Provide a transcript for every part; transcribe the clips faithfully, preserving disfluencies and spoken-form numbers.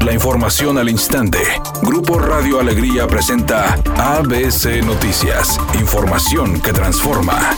La información al instante. Grupo Radio Alegría presenta A B C Noticias. Información que transforma.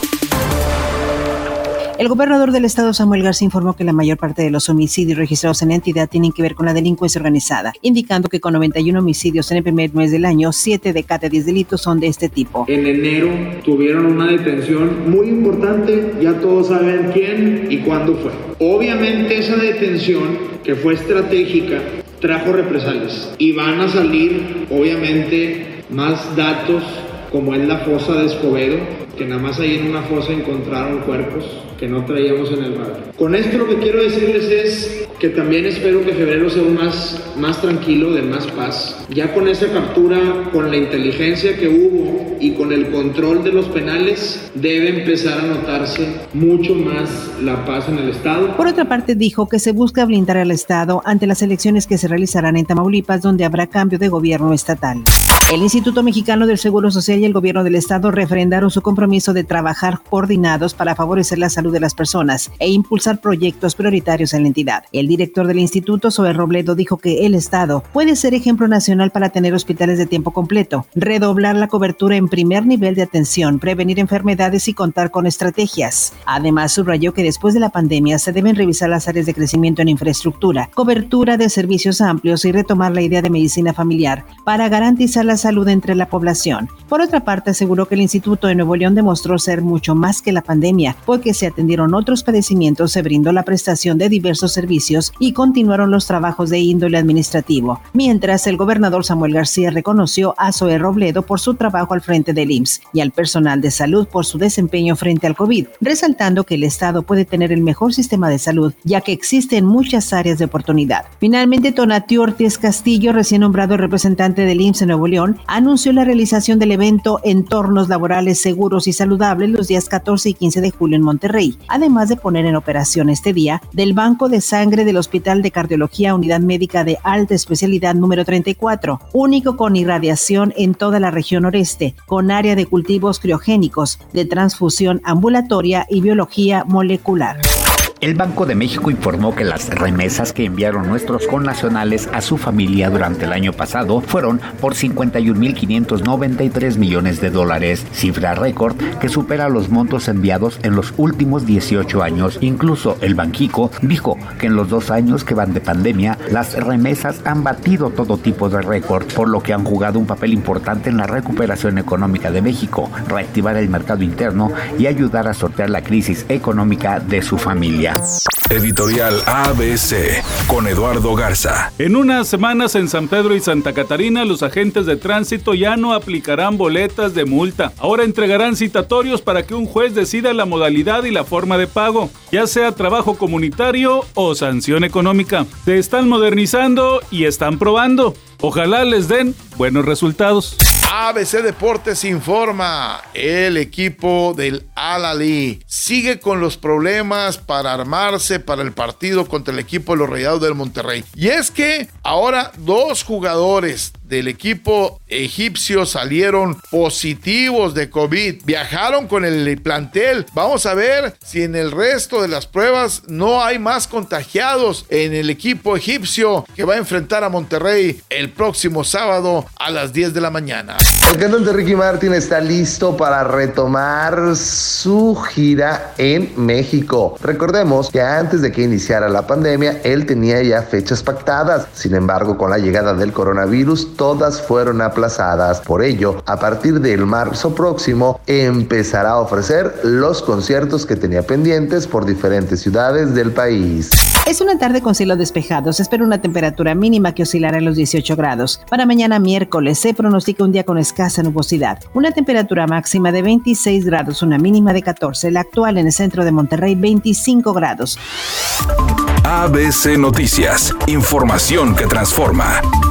El gobernador del estado, Samuel García, informó que la mayor parte de los homicidios registrados en la entidad tienen que ver con la delincuencia organizada, indicando que con noventa y uno homicidios en el primer mes del año, siete de cada diez delitos son de este tipo. En enero tuvieron una detención muy importante, ya todos saben quién y cuándo fue. Obviamente esa detención, que fue estratégica, trajo represalias y van a salir, obviamente, más datos, como es la fosa de Escobedo, que nada más ahí en una fosa encontraron cuerpos que no traíamos en el radar. Con esto lo que quiero decirles es que también espero que febrero sea un más, más tranquilo, de más paz. Ya con esa captura, con la inteligencia que hubo y con el control de los penales, debe empezar a notarse mucho más la paz en el estado. Por otra parte, dijo que se busca blindar al estado ante las elecciones que se realizarán en Tamaulipas, donde habrá cambio de gobierno estatal. El Instituto Mexicano del Seguro Social y el gobierno del estado refrendaron su compromiso de trabajar coordinados para favorecer la salud de las personas e impulsar proyectos prioritarios en la entidad. El director del instituto, Zoe Robledo, dijo que el estado puede ser ejemplo nacional para tener hospitales de tiempo completo, redoblar la cobertura en primer nivel de atención, prevenir enfermedades y contar con estrategias. Además, subrayó que después de la pandemia se deben revisar las áreas de crecimiento en infraestructura, cobertura de servicios amplios y retomar la idea de medicina familiar para garantizar la salud entre la población. Por otra parte, aseguró que el Instituto de Nuevo León demostró ser mucho más que la pandemia, porque se atendieron otros padecimientos, se brindó la prestación de diversos servicios y continuaron los trabajos de índole administrativo. Mientras, el gobernador Samuel García reconoció a Zoe Robledo por su trabajo al frente del I M S S y al personal de salud por su desempeño frente al COVID, resaltando que el estado puede tener el mejor sistema de salud, ya que existen muchas áreas de oportunidad. Finalmente, Tonatiuh Ortiz Castillo, recién nombrado representante del I M S S en Nuevo León, anunció la realización del evento Entornos Laborales Seguros y Saludables los días catorce y quince de julio en Monterrey, además de poner en operación este día del Banco de Sangre del Hospital de Cardiología Unidad Médica de Alta Especialidad número treinta y cuatro, único con irradiación en toda la región noreste, con área de cultivos criogénicos, de transfusión ambulatoria y biología molecular. El Banco de México informó que las remesas que enviaron nuestros connacionales a su familia durante el año pasado fueron por cincuenta y un mil quinientos noventa y tres millones de dólares, cifra récord que supera los montos enviados en los últimos dieciocho años. Incluso el Banxico dijo que en los dos años que van de pandemia, las remesas han batido todo tipo de récord, por lo que han jugado un papel importante en la recuperación económica de México, reactivar el mercado interno y ayudar a sortear la crisis económica de su familia. Editorial A B C con Eduardo Garza. En unas semanas en San Pedro y Santa Catarina, los agentes de tránsito ya no aplicarán boletas de multa. Ahora entregarán citatorios para que un juez decida la modalidad y la forma de pago, ya sea trabajo comunitario o sanción económica. Se están modernizando y están probando. Ojalá les den buenos resultados. A B C Deportes informa, el equipo del Al-Ahly sigue con los problemas para armarse para el partido contra el equipo de los Rayados del Monterrey. Y es que ahora dos jugadores del equipo egipcio salieron positivos de COVID, viajaron con el plantel. Vamos a ver si en el resto de las pruebas no hay más contagiados en el equipo egipcio que va a enfrentar a Monterrey el próximo sábado a las diez de la mañana. El cantante Ricky Martin está listo para retomar su gira en México. Recordemos que antes de que iniciara la pandemia, él tenía ya fechas pactadas. Sin embargo, con la llegada del coronavirus, todas fueron aplazadas. Por ello, a partir del marzo próximo, empezará a ofrecer los conciertos que tenía pendientes por diferentes ciudades del país. Es una tarde con cielo despejado. Se espera una temperatura mínima que oscilará en los dieciocho grados. Para mañana miércoles se pronostica un día con escasa nubosidad. Una temperatura máxima de veintiséis grados, una mínima de catorce. La actual en el centro de Monterrey, veinticinco grados. A B C Noticias. Información que transforma.